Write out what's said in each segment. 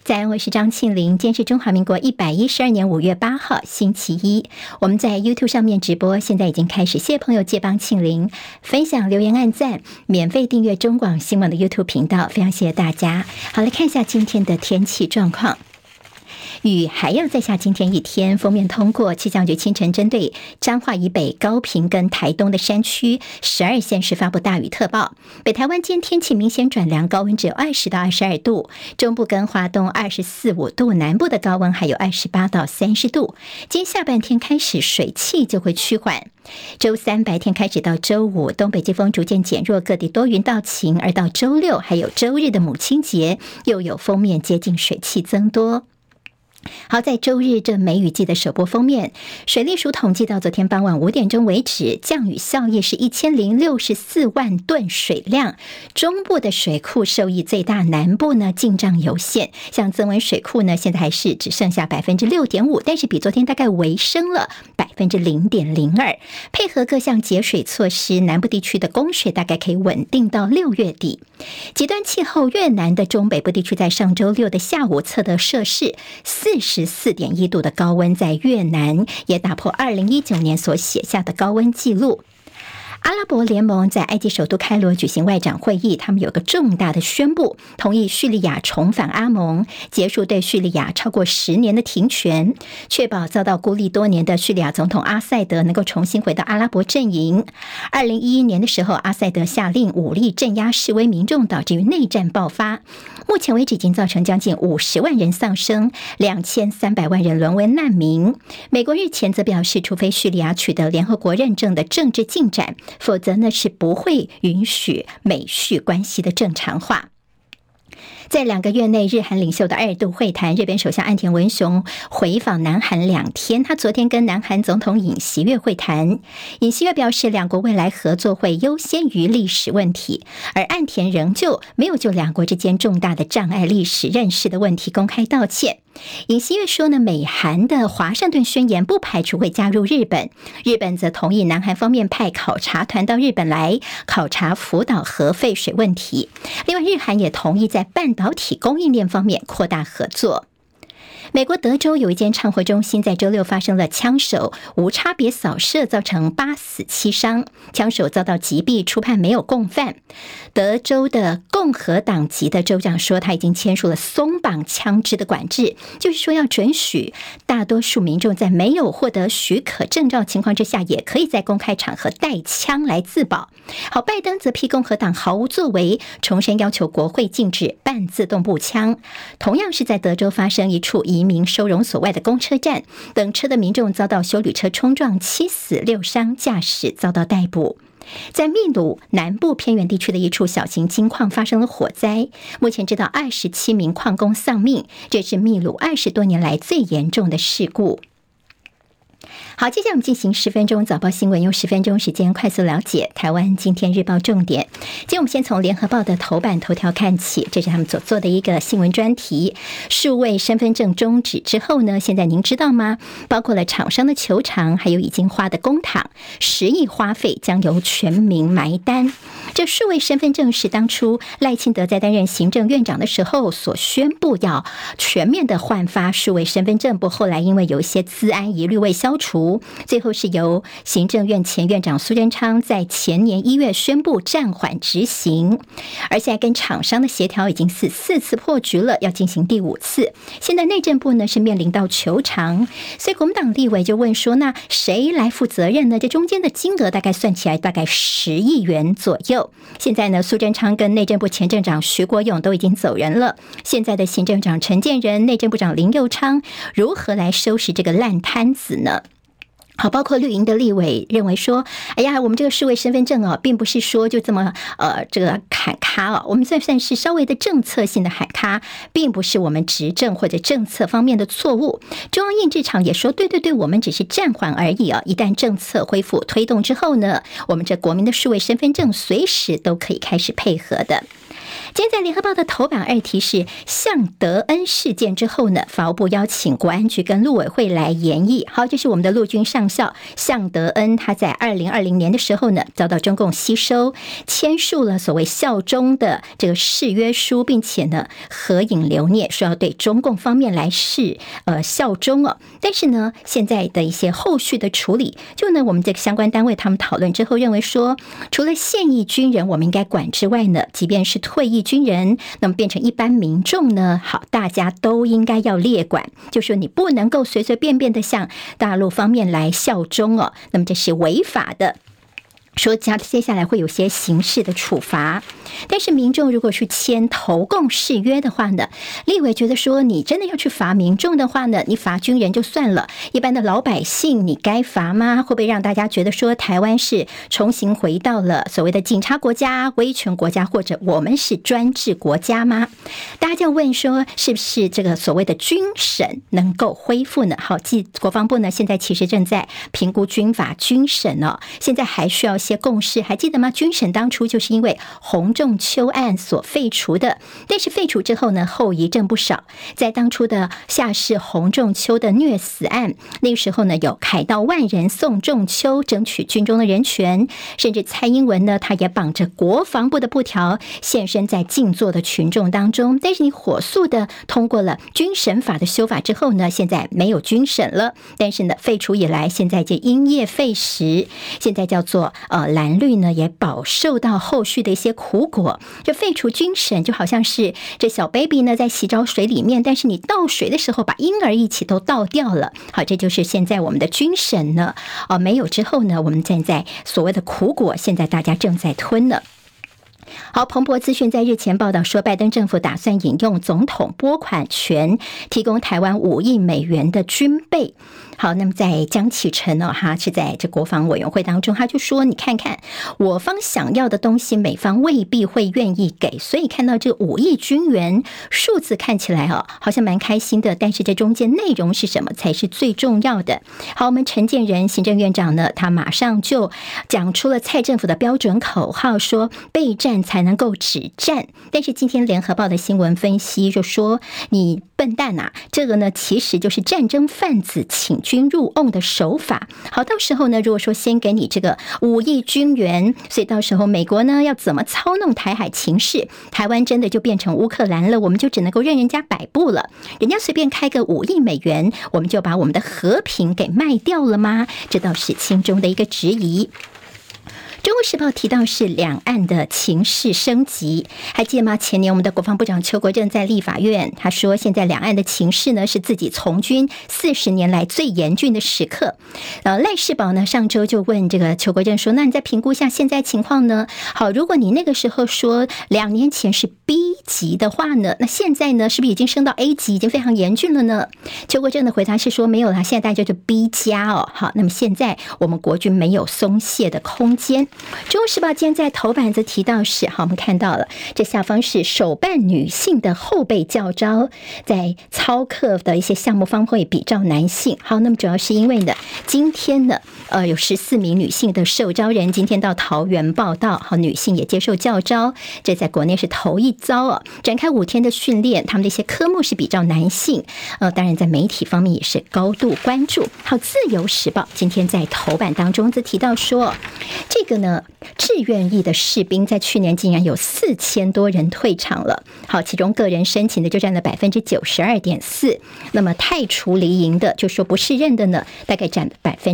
在安，我是张庆玲。今天是中华民国112年5月8号，星期一。我们在 YouTube 上面直播，现在已经开始。谢谢朋友借帮庆玲分享、留言、按赞，免费订阅中广新闻的 YouTube 频道，非常谢谢大家。好，来看一下今天的天气状况。雨还要再下今天一天，锋面通过，气象局清晨针对彰化以北、高屏跟台东的山区12县市发布大雨特报。北台湾今天天气明显转凉，高温只有20到22度，中部跟华东24、5度，南部的高温还有28到30度。今天下半天开始水汽就会趋缓。周三白天开始到周五，东北季风逐渐减弱，各地多云到晴，而到周六还有周日的母亲节，又有锋面接近，水汽增多。好，在周日这梅雨季的首波封面，水利署统计到昨天傍晚5点钟为止，降雨效益是1064万吨水量，中部的水库受益最大，南部呢进账有限。像增文水库呢，现在还是只剩下 6.5%， 但是比昨天大概微升了 0.02%。配合各项节水措施，南部地区的供水大概可以稳定到6月底。极端气候，越南的中北部地区在上周六的下午测得摄氏44.1度的高温，在越南也打破2019年所写下的高温纪录。阿拉伯联盟在埃及首都开罗举行外长会议，他们有个重大的宣布，同意叙利亚重返阿盟，结束对叙利亚超过10年的停权，确保遭到孤立多年的叙利亚总统阿塞德能够重新回到阿拉伯阵营。2011年的时候，阿塞德下令武力镇压示威民众，导致于内战爆发。目前为止已经造成将近50万人丧生，2300万人沦为难民。美国日前则表示，除非叙利亚取得联合国认证的政治进展，否则呢是不会允许美叙关系的正常化。在2个月内，日韩领袖的2度会谈，日本首相岸田文雄回访南韩2天，他昨天跟南韩总统尹锡悦会谈。尹锡悦表示，两国未来合作会优先于历史问题，而岸田仍旧没有就两国之间重大的障碍、历史认识的问题公开道歉。尹锡悦说呢，美韩的华盛顿宣言不排除会加入日本，日本则同意南韩方面派考察团到日本来考察福岛核废水问题。另外，日韩也同意在半导体供应链方面扩大合作。美国德州有一间唱会中心在周六发生了枪手无差别扫射，造成8死7伤，枪手遭到击毙，初判没有共犯。德州的共和党籍的州长说，他已经签署了松绑枪支的管制，就是说要准许大多数民众在没有获得许可证照情况之下，也可以在公开场合带枪来自保。好，拜登则批共和党毫无作为，重申要求国会禁止半自动步枪。同样是在德州发生一处移民收容所外的公车站，等车的民众遭到休旅车冲撞，7死6伤，驾驶遭到逮捕。在秘鲁南部偏远地区的一处小型金矿发生了火灾，目前知道27名矿工丧命，这是秘鲁20多年来最严重的事故。好，接下来我们进行10分钟早报新闻，用10分钟时间快速了解台湾今天日报重点。今天我们先从联合报的头版头条看起，这是他们所做的一个新闻专题。数位身份证终止之后呢，现在您知道吗？包括了厂商的求偿，还有已经花的公帑，10亿花费将由全民埋单。这数位身份证是当初赖清德在担任行政院长的时候所宣布要全面的换发数位身份证，不过后来因为有一些资安疑虑未消除，最后是由行政院前院长苏贞昌在前年1月宣布暂缓执行，而现在跟厂商的协调已经是4次破局了，要进行第5次。现在内政部呢是面临到求偿，所以国民党立委就问说，那谁来负责任呢？这中间的金额大概算起来大概10亿元左右。现在呢，苏贞昌跟内政部前政长徐国勇都已经走人了，现在的行政长陈建仁、内政部长林右昌如何来收拾这个烂摊子呢？好，包括绿营的立委认为说，哎呀，我们这个数位身份证哦，并不是说就这么这个喊卡哦，我们算是稍微的政策性的喊卡，并不是我们执政或者政策方面的错误。中央印制厂也说，对，我们只是暂缓而已啊，一旦政策恢复推动之后呢，我们这国民的数位身份证随时都可以开始配合的。今天在联合报的头版2题是向德恩事件之后呢，法务部邀请国安局跟陆委会来研议。好，这是我们的陆军上校向德恩，他在2020年的时候呢，遭到中共吸收，签署了所谓效忠的这个誓约书，并且呢合影留念，说要对中共方面来效忠哦。但是呢，现在的一些后续的处理，就呢我们这个相关单位他们讨论之后认为说，除了现役军人我们应该管之外呢，即便是退役军人，那么变成一般民众呢，好，大家都应该要列管，就说你不能够随随便便的向大陆方面来效忠哦，那么这是违法的。说接下来会有些刑事的处罚，但是民众如果去签投共誓约的话呢，立委觉得说你真的要去罚民众的话呢，你罚军人就算了，一般的老百姓你该罚吗？会不会让大家觉得说台湾是重新回到了所谓的警察国家、威权国家，或者我们是专制国家吗？大家就问说，是不是这个所谓的军审能够恢复呢？好，国防部呢现在其实正在评估军法军审哦，现在还需要些共识，还记得吗？军审当初就是因为洪仲丘案所废除的，但是废除之后呢，后遗症不少。在当初的夏氏洪仲丘的虐死案，那个时候呢，有凯道万人送仲丘，争取军中的人权，甚至蔡英文呢，他也绑着国防部的布条，现身在静坐的群众当中。但是你火速的通过了军审法的修法之后呢，现在没有军审了，但是呢，废除以来，现在就因噎废食，现在叫做蓝绿呢也饱受到后续的一些苦果。这废除军审就好像是这小 baby 呢在洗澡水里面，但是你倒水的时候把婴儿一起都倒掉了。好，这就是现在我们的军审呢没有之后呢，我们站在所谓的苦果，现在大家正在吞了。好，彭博资讯在日前报道说，拜登政府打算引用总统拨款权，提供台湾5亿美元的军备。好，那么在江启臣是在这国防委员会当中，他就说，你看看我方想要的东西，美方未必会愿意给，所以看到这5亿军援数字看起来好像蛮开心的，但是这中间内容是什么才是最重要的。好，我们陈建仁行政院长呢，他马上就讲出了蔡政府的标准口号，说备战才能够止战。但是今天联合报的新闻分析就说，你笨蛋啊，这个呢其实就是战争贩子请军入瓮的手法。好，到时候呢，如果说先给你这个5亿军援，所以到时候美国呢要怎么操弄台海情势，台湾真的就变成乌克兰了，我们就只能够任人家摆布了。人家随便开个5亿美元，我们就把我们的和平给卖掉了吗？这倒是心中的一个质疑。中国时报提到是两岸的情势升级，还记得吗？前年我们的国防部长邱国正在立法院，他说现在两岸的情势呢是自己从军40年来最严峻的时刻。赖世宝呢上周就问这个邱国正说，那你再评估一下现在情况呢？好，如果你那个时候说2年前是 B 级的话呢，那现在呢是不是已经升到 A 级，已经非常严峻了呢？邱国正的回答是说没有啦，现在大概就是 B 加哦。好，那么现在我们国军没有松懈的空间。中国时报今天在头版则提到是，好，我们看到了这下方是手办女性的后备教招，在操课的一些项目方会比照男性。好，那么主要是因为呢，今天呢有14名女性的受招人今天到桃园报到，好，女性也接受教招，这在国内是头一遭展开5天的训练，他们的一些科目是比照男性，当然在媒体方面也是高度关注。好，自由时报今天在头版当中则提到说，这个呢志愿役的士兵在去年竟然有4000多人退场了。好，其中个人申请的就占了 92.4%， 那么太除离营的，就说不适任的呢，大概占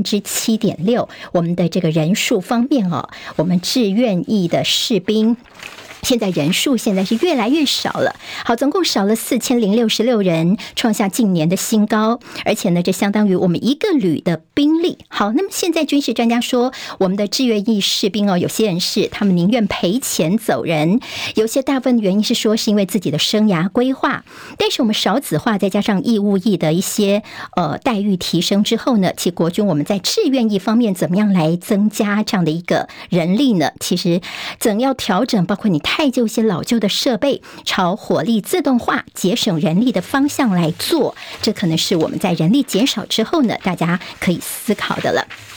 7.6%。 我们的这个人数方面我们志愿役的士兵现在人数现在是越来越少了。好，总共少了4066人，创下近年的新高，而且呢，这相当于我们一个旅的兵力。好，那么现在军事专家说，我们的志愿役士兵有些人是他们宁愿赔钱走人，有些大部分原因是说是因为自己的生涯规划，但是我们少子化再加上义务役的一些待遇提升之后呢，其国军我们在志愿役方面怎么样来增加这样的一个人力呢？其实怎要调整，包括你太旧一些老旧的设备，朝火力自动化、节省人力的方向来做，这可能是我们在人力减少之后呢，大家可以思考的了。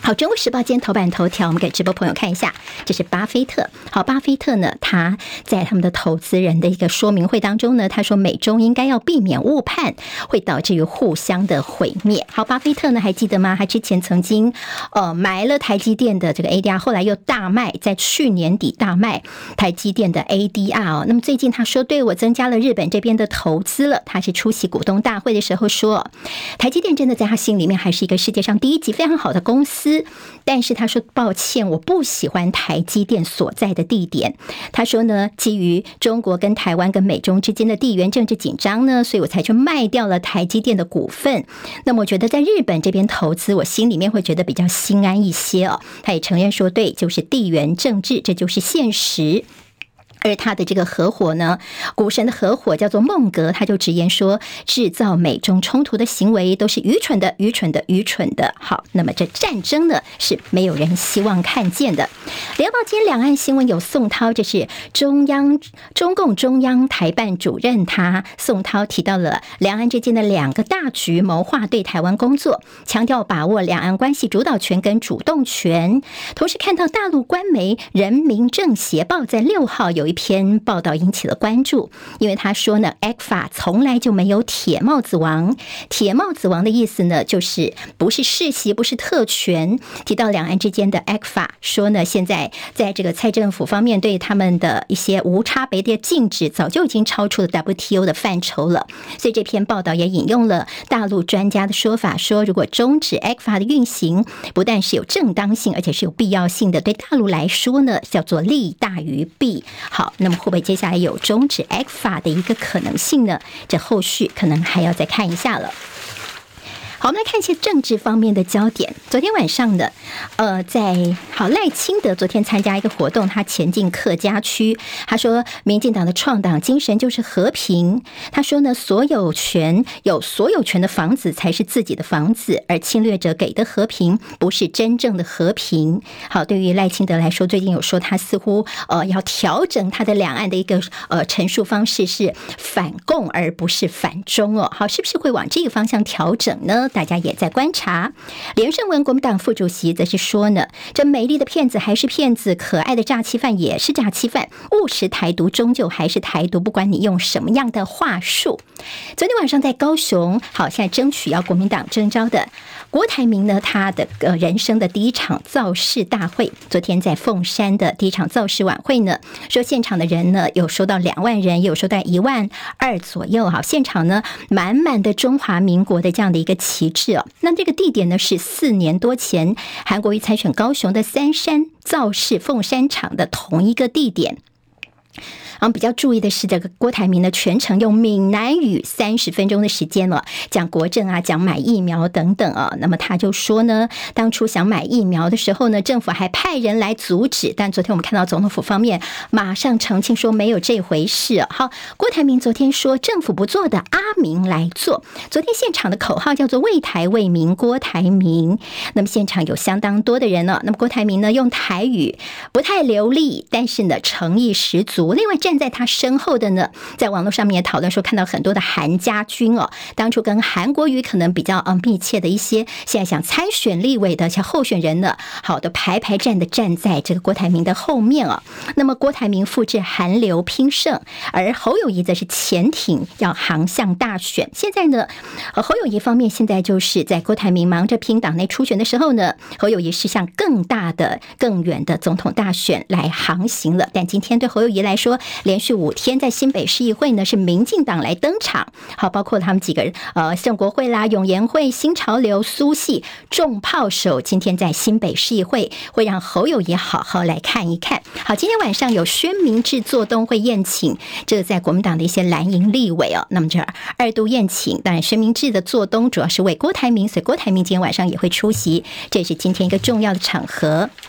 好，《中国时报》今天头版头条，我们给直播朋友看一下，这是巴菲特。好，巴菲特呢，他在他们的投资人的一个说明会当中呢，他说美中应该要避免误判，会导致于互相的毁灭。好，巴菲特呢，还记得吗？他之前曾经买了台积电的这个 ADR， 后来又大卖，在去年底大卖台积电的 ADR 哦。那么最近他说，对，我增加了日本这边的投资了。他是出席股东大会的时候说，台积电真的在他心里面还是一个世界上第一级非常好的公司。但是他说抱歉，我不喜欢台积电所在的地点。他说呢，基于中国跟台湾跟美中之间的地缘政治紧张呢，所以我才去卖掉了台积电的股份。那么我觉得在日本这边投资，我心里面会觉得比较心安一些哦。他也承认说，对，就是地缘政治，这就是现实。而他的这个合伙呢，股神的合伙叫做孟格，他就直言说，制造美中冲突的行为都是愚蠢的、愚蠢的、愚蠢的。好，那么这战争呢是没有人希望看见的。联合报今天两岸新闻有宋涛，这是中共中央台办主任，宋涛提到了两岸之间的两个大局，谋划对台湾工作，强调把握两岸关系主导权跟主动权。同时看到大陆官媒《人民政协报》在6号有一篇报道引起了关注，因为他说呢 ，ECFA 从来就没有铁帽子王。铁帽子王的意思呢，就是不是世袭，不是特权。提到两岸之间的 ECFA， 说呢，现在在这个蔡政府方面对他们的一些无差别的禁止，早就已经超出了 WTO 的范畴了。所以这篇报道也引用了大陆专家的说法，说如果终止 ECFA 的运行，不但是有正当性，而且是有必要性的。对大陆来说呢，叫做利大于弊。好，那么会不会接下来有终止 ECFA 的一个可能性呢？这后续可能还要再看一下了。好，我们来看一些政治方面的焦点。昨天晚上的，赖清德昨天参加一个活动，他前进客家区，他说民进党的创党精神就是和平。他说呢，有所有权的房子才是自己的房子，而侵略者给的和平不是真正的和平。好，对于赖清德来说，最近有说他似乎要调整他的两岸的一个陈述方式，是反共而不是反中哦。好，是不是会往这个方向调整呢？大家也在观察。连胜文国民党副主席则是说呢，这美丽的骗子还是骗子，可爱的诈欺犯也是诈欺犯，务实台独终究还是台独，不管你用什么样的话术。昨天晚上在高雄，好，现在争取要国民党征召的郭台铭呢，他的人生的第一场造势大会，昨天在凤山的第一场造势晚会呢，说现场的人呢有收到2万人，有收到1万2左右。好，现场呢满满的中华民国的这样的一个旗帜哦。那这个地点呢是4年多前韩国瑜参选高雄的三山造势凤山场的同一个地点。比较注意的是，这个郭台铭呢，全程用闽南语30分钟的时间了，讲国政啊，讲买疫苗等等啊。那么他就说呢，当初想买疫苗的时候呢，政府还派人来阻止，但昨天我们看到总统府方面马上澄清说没有这回事。好，郭台铭昨天说政府不做的，阿明来做。昨天现场的口号叫做为台为民郭台铭。那么现场有相当多的人呢，那么郭台铭呢用台语不太流利，但是呢诚意十足。另外站在他身后的呢，在网络上面也讨论说，看到很多的韩家军哦，当初跟韩国瑜可能比较密切的一些，现在想参选立委的像候选人呢，好的排站的站在这个郭台铭的后面哦。那么郭台铭复制韩流拼胜，而侯友宜则是潜艇要航向大选。现在呢，侯友宜方面现在就是在郭台铭忙着拼党内初选的时候呢，侯友宜是向更大的、更远的总统大选来航行了。但今天对侯友宜来说，连续5天在新北市议会呢，是民进党来登场。好，包括他们几个人，盛国会啦、永延会、新潮流、苏系重炮手，今天在新北市议会会让侯友宜好好来看一看。好，今天晚上有宣明智做东会宴请，这个在国民党的一些蓝营立委哦。那么这2度宴请，当然宣明智的做东主要是为郭台铭，所以郭台铭今天晚上也会出席，这也是今天一个重要的场合。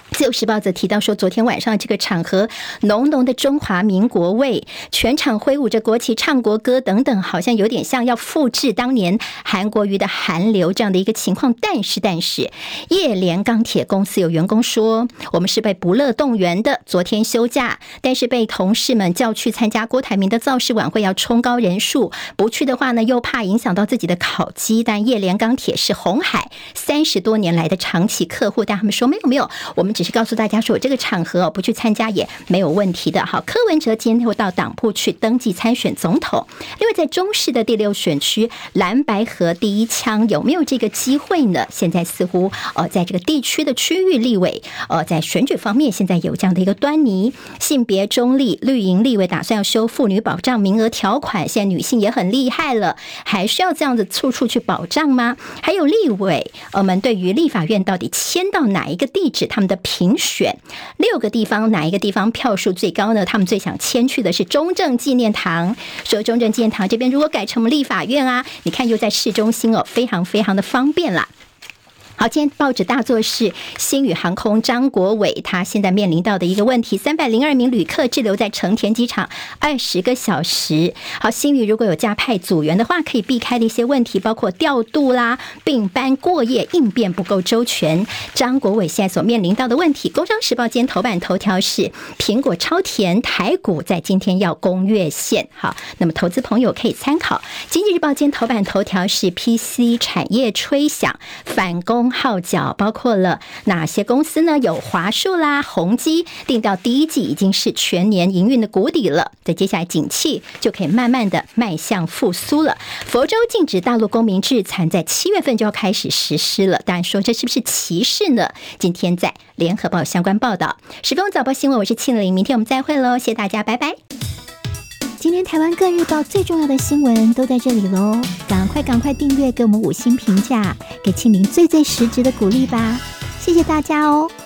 自由时报则提到说，昨天晚上这个场合浓浓的中华民国味，全场挥舞着国旗唱国歌等等，好像有点像要复制当年韩国瑜的韩流这样的一个情况。但是叶联钢铁公司有员工说，我们是被不乐动员的，昨天休假，但是被同事们叫去参加郭台铭的造势晚会，要冲高人数，不去的话呢又怕影响到自己的烤鸡。但叶联钢铁是鸿海30多年来的长期客户，但他们说没有，我们只是告诉大家说，这个场合不去参加也没有问题的。好，柯文哲今天会到党部去登记参选总统。另外，在中市的第6选区蓝白合第一枪有没有这个机会呢？现在似乎在这个地区的区域立委在选举方面现在有这样的一个端倪。性别中立，绿营立委打算要修妇女保障名额条款，现在女性也很厉害了，还需要这样子处处去保障吗？还有立委们对于立法院到底迁到哪一个地址，他们的评选6个地方哪一个地方票数最高呢？他们最想迁去的是中正纪念堂，说中正纪念堂这边如果改成立法院啊，你看又在市中心非常非常的方便啦。好，今天报纸大作是星宇航空张国伟，他现在面临到的一个问题，302名旅客滞留在成田机场20个小时。好，星宇如果有加派组员的话，可以避开的一些问题，包括调度啦、并班过夜、应变不够周全。张国伟现在所面临到的问题，工商时报今天头版头条是苹果超甜，台股在今天要攻月线。好，那么投资朋友可以参考。经济日报今天头版头条是 PC 产业吹响，反攻号角，包括了哪些公司呢？有华硕啦、宏基，定到第一季已经是全年营运的谷底了，在接下来景气就可以慢慢的迈向复苏了。佛州禁止大陆公民制裁，在7月份就要开始实施了，当然说这是不是歧视呢？今天在联合报相关报道。10分早报新闻，我是庆玲，明天我们再会喽，谢谢大家，拜拜。 今天台湾各日报最重要的新闻都在这里喽，赶快订阅，给我们5星评价，给庆玲最实质的鼓励吧，谢谢大家哦。